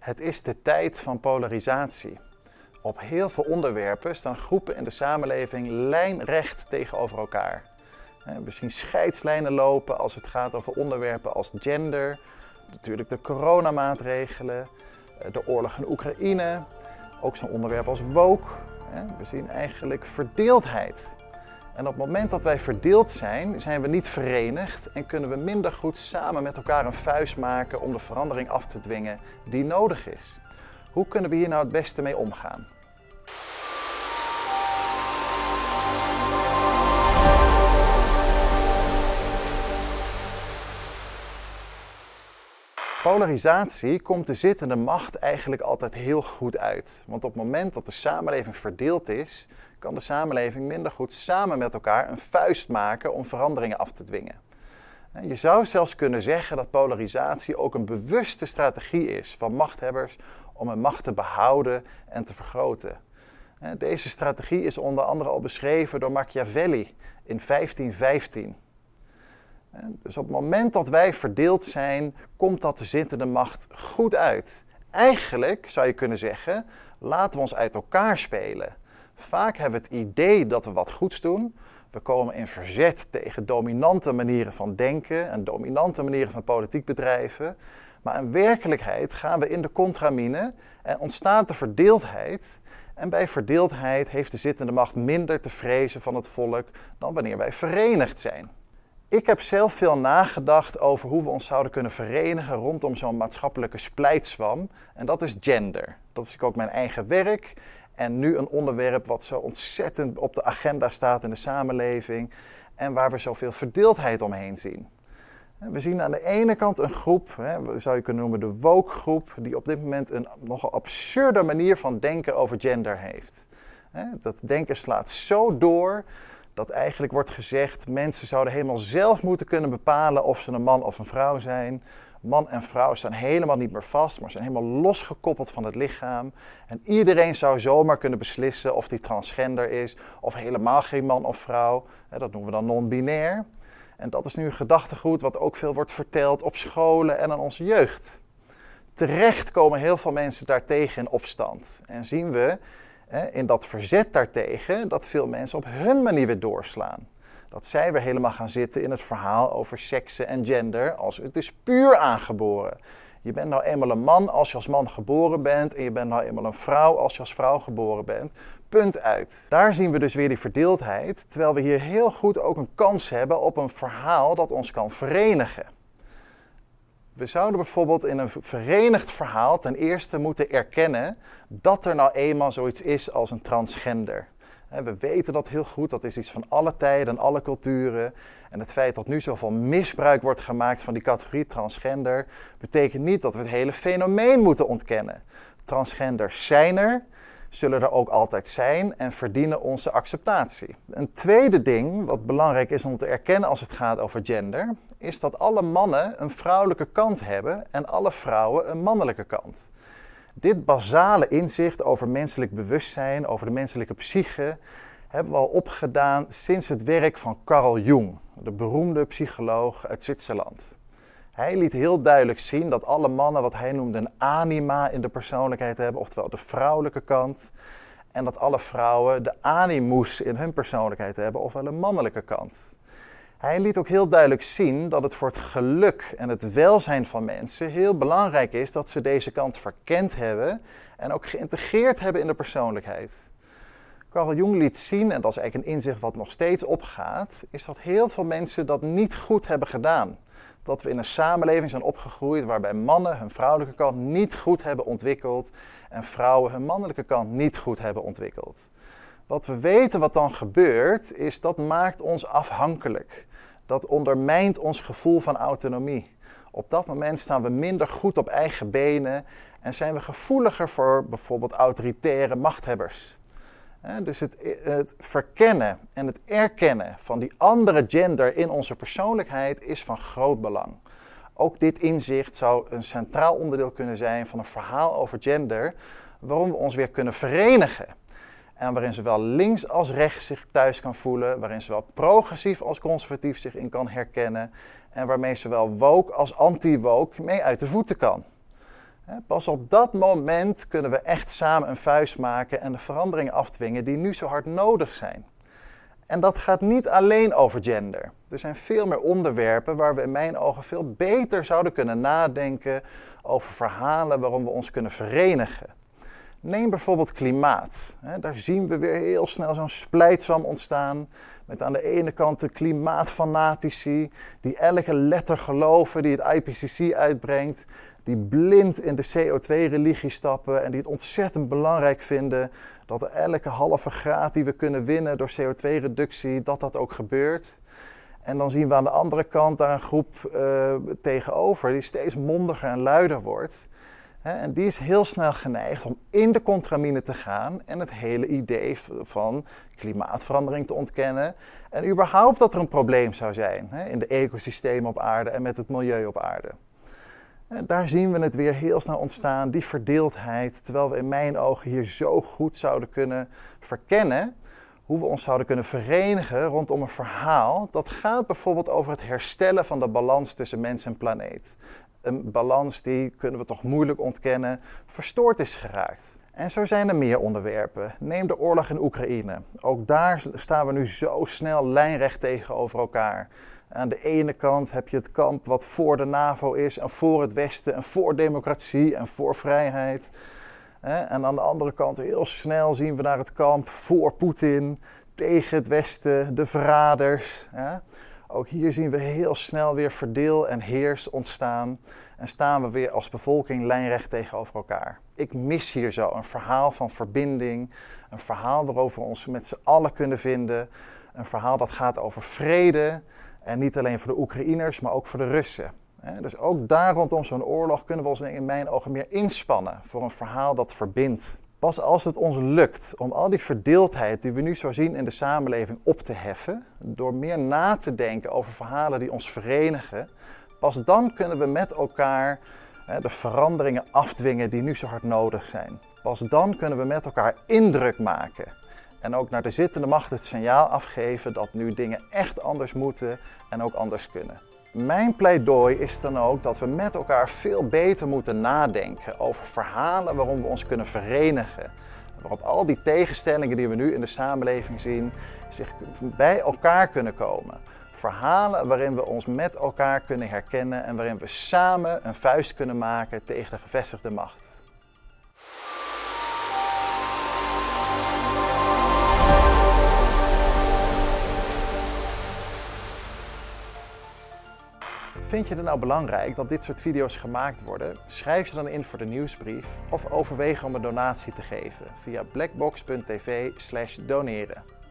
Het is de tijd van polarisatie. Op heel veel onderwerpen staan groepen in de samenleving lijnrecht tegenover elkaar. We zien scheidslijnen lopen als het gaat over onderwerpen als gender, natuurlijk de coronamaatregelen, de oorlog in Oekraïne, ook zo'n onderwerp als woke. We zien eigenlijk verdeeldheid. En op het moment dat wij verdeeld zijn, zijn we niet verenigd en kunnen we minder goed samen met elkaar een vuist maken om de verandering af te dwingen die nodig is. Hoe kunnen we hier nou het beste mee omgaan? Polarisatie komt de zittende macht eigenlijk altijd heel goed uit. Want op het moment dat de samenleving verdeeld is, kan de samenleving minder goed samen met elkaar een vuist maken om veranderingen af te dwingen. Je zou zelfs kunnen zeggen dat polarisatie ook een bewuste strategie is van machthebbers om hun macht te behouden en te vergroten. Deze strategie is onder andere al beschreven door Machiavelli in 1515. Dus op het moment dat wij verdeeld zijn, komt dat de zittende macht goed uit. Eigenlijk zou je kunnen zeggen, laten we ons uit elkaar spelen. Vaak hebben we het idee dat we wat goeds doen. We komen in verzet tegen dominante manieren van denken en dominante manieren van politiek bedrijven. Maar in werkelijkheid gaan we in de contramine en ontstaat de verdeeldheid. En bij verdeeldheid heeft de zittende macht minder te vrezen van het volk dan wanneer wij verenigd zijn. Ik heb zelf veel nagedacht over hoe we ons zouden kunnen verenigen rondom zo'n maatschappelijke splijtswam. En dat is gender. Dat is ook mijn eigen werk. En nu een onderwerp wat zo ontzettend op de agenda staat in de samenleving. En waar we zoveel verdeeldheid omheen zien. We zien aan de ene kant een groep, zou je kunnen noemen de woke groep, die op dit moment een nogal absurde manier van denken over gender heeft. Dat denken slaat zo door dat eigenlijk wordt gezegd, mensen zouden helemaal zelf moeten kunnen bepalen of ze een man of een vrouw zijn. Man en vrouw staan helemaal niet meer vast, maar zijn helemaal losgekoppeld van het lichaam. En iedereen zou zomaar kunnen beslissen of die transgender is, of helemaal geen man of vrouw. Dat noemen we dan non-binair. En dat is nu een gedachtegoed wat ook veel wordt verteld op scholen en aan onze jeugd. Terecht komen heel veel mensen daartegen in opstand. En zien we in dat verzet daartegen dat veel mensen op hun manier weer doorslaan. Dat zij weer helemaal gaan zitten in het verhaal over seksen en gender als het is puur aangeboren. Je bent nou eenmaal een man als je als man geboren bent en je bent nou eenmaal een vrouw als je als vrouw geboren bent. Punt uit. Daar zien we dus weer die verdeeldheid, terwijl we hier heel goed ook een kans hebben op een verhaal dat ons kan verenigen. We zouden bijvoorbeeld in een verenigd verhaal ten eerste moeten erkennen dat er nou eenmaal zoiets is als een transgender. We weten dat heel goed, dat is iets van alle tijden en alle culturen. En het feit dat nu zoveel misbruik wordt gemaakt van die categorie transgender, betekent niet dat we het hele fenomeen moeten ontkennen. Transgenders zijn er, zullen er ook altijd zijn en verdienen onze acceptatie. Een tweede ding wat belangrijk is om te erkennen als het gaat over gender, is dat alle mannen een vrouwelijke kant hebben en alle vrouwen een mannelijke kant. Dit basale inzicht over menselijk bewustzijn, over de menselijke psyche, hebben we al opgedaan sinds het werk van Carl Jung, de beroemde psycholoog uit Zwitserland. Hij liet heel duidelijk zien dat alle mannen wat hij noemde een anima in de persoonlijkheid hebben, oftewel de vrouwelijke kant. En dat alle vrouwen de animus in hun persoonlijkheid hebben, ofwel een mannelijke kant. Hij liet ook heel duidelijk zien dat het voor het geluk en het welzijn van mensen heel belangrijk is dat ze deze kant verkend hebben en ook geïntegreerd hebben in de persoonlijkheid. Carl Jung liet zien, en dat is eigenlijk een inzicht wat nog steeds opgaat, is dat heel veel mensen dat niet goed hebben gedaan. Dat we in een samenleving zijn opgegroeid waarbij mannen hun vrouwelijke kant niet goed hebben ontwikkeld en vrouwen hun mannelijke kant niet goed hebben ontwikkeld. Wat we weten wat dan gebeurt, is dat maakt ons afhankelijk. Dat ondermijnt ons gevoel van autonomie. Op dat moment staan we minder goed op eigen benen en zijn we gevoeliger voor bijvoorbeeld autoritaire machthebbers. Dus het verkennen en het erkennen van die andere gender in onze persoonlijkheid is van groot belang. Ook dit inzicht zou een centraal onderdeel kunnen zijn van een verhaal over gender, waarom we ons weer kunnen verenigen. En waarin zowel links als rechts zich thuis kan voelen, waarin zowel progressief als conservatief zich in kan herkennen en waarmee zowel woke als anti-woke mee uit de voeten kan. Pas op dat moment kunnen we echt samen een vuist maken en de veranderingen afdwingen die nu zo hard nodig zijn. En dat gaat niet alleen over gender. Er zijn veel meer onderwerpen waar we in mijn ogen veel beter zouden kunnen nadenken over verhalen waarom we ons kunnen verenigen. Neem bijvoorbeeld klimaat. Daar zien we weer heel snel zo'n splijtswam ontstaan. Met aan de ene kant de klimaatfanatici die elke letter geloven die het IPCC uitbrengt. Die blind in de CO2-religie stappen en die het ontzettend belangrijk vinden dat elke halve graad die we kunnen winnen door CO2-reductie, dat ook gebeurt. En dan zien we aan de andere kant daar een groep tegenover die steeds mondiger en luider wordt. En die is heel snel geneigd om in de contramine te gaan en het hele idee van klimaatverandering te ontkennen. En überhaupt dat er een probleem zou zijn in de ecosystemen op aarde en met het milieu op aarde. En daar zien we het weer heel snel ontstaan, die verdeeldheid. Terwijl we in mijn ogen hier zo goed zouden kunnen verkennen hoe we ons zouden kunnen verenigen rondom een verhaal. Dat gaat bijvoorbeeld over het herstellen van de balans tussen mens en planeet. Een balans die, kunnen we toch moeilijk ontkennen, verstoord is geraakt. En zo zijn er meer onderwerpen. Neem de oorlog in Oekraïne. Ook daar staan we nu zo snel lijnrecht tegenover elkaar. Aan de ene kant heb je het kamp wat voor de NAVO is en voor het Westen en voor democratie en voor vrijheid. En aan de andere kant heel snel zien we naar het kamp voor Poetin, tegen het Westen, de verraders. Ook hier zien we heel snel weer verdeel en heers ontstaan en staan we weer als bevolking lijnrecht tegenover elkaar. Ik mis hier zo een verhaal van verbinding, een verhaal waarover we ons met z'n allen kunnen vinden. Een verhaal dat gaat over vrede en niet alleen voor de Oekraïners, maar ook voor de Russen. Dus ook daar rondom zo'n oorlog kunnen we ons in mijn ogen meer inspannen voor een verhaal dat verbindt. Pas als het ons lukt om al die verdeeldheid die we nu zo zien in de samenleving op te heffen, door meer na te denken over verhalen die ons verenigen, pas dan kunnen we met elkaar de veranderingen afdwingen die nu zo hard nodig zijn. Pas dan kunnen we met elkaar indruk maken en ook naar de zittende macht het signaal afgeven dat nu dingen echt anders moeten en ook anders kunnen. Mijn pleidooi is dan ook dat we met elkaar veel beter moeten nadenken over verhalen waarom we ons kunnen verenigen. Waarop al die tegenstellingen die we nu in de samenleving zien, zich bij elkaar kunnen komen. Verhalen waarin we ons met elkaar kunnen herkennen en waarin we samen een vuist kunnen maken tegen de gevestigde macht. Vind je het nou belangrijk dat dit soort video's gemaakt worden? Schrijf ze dan in voor de nieuwsbrief of overweeg om een donatie te geven via blackbox.tv/doneren.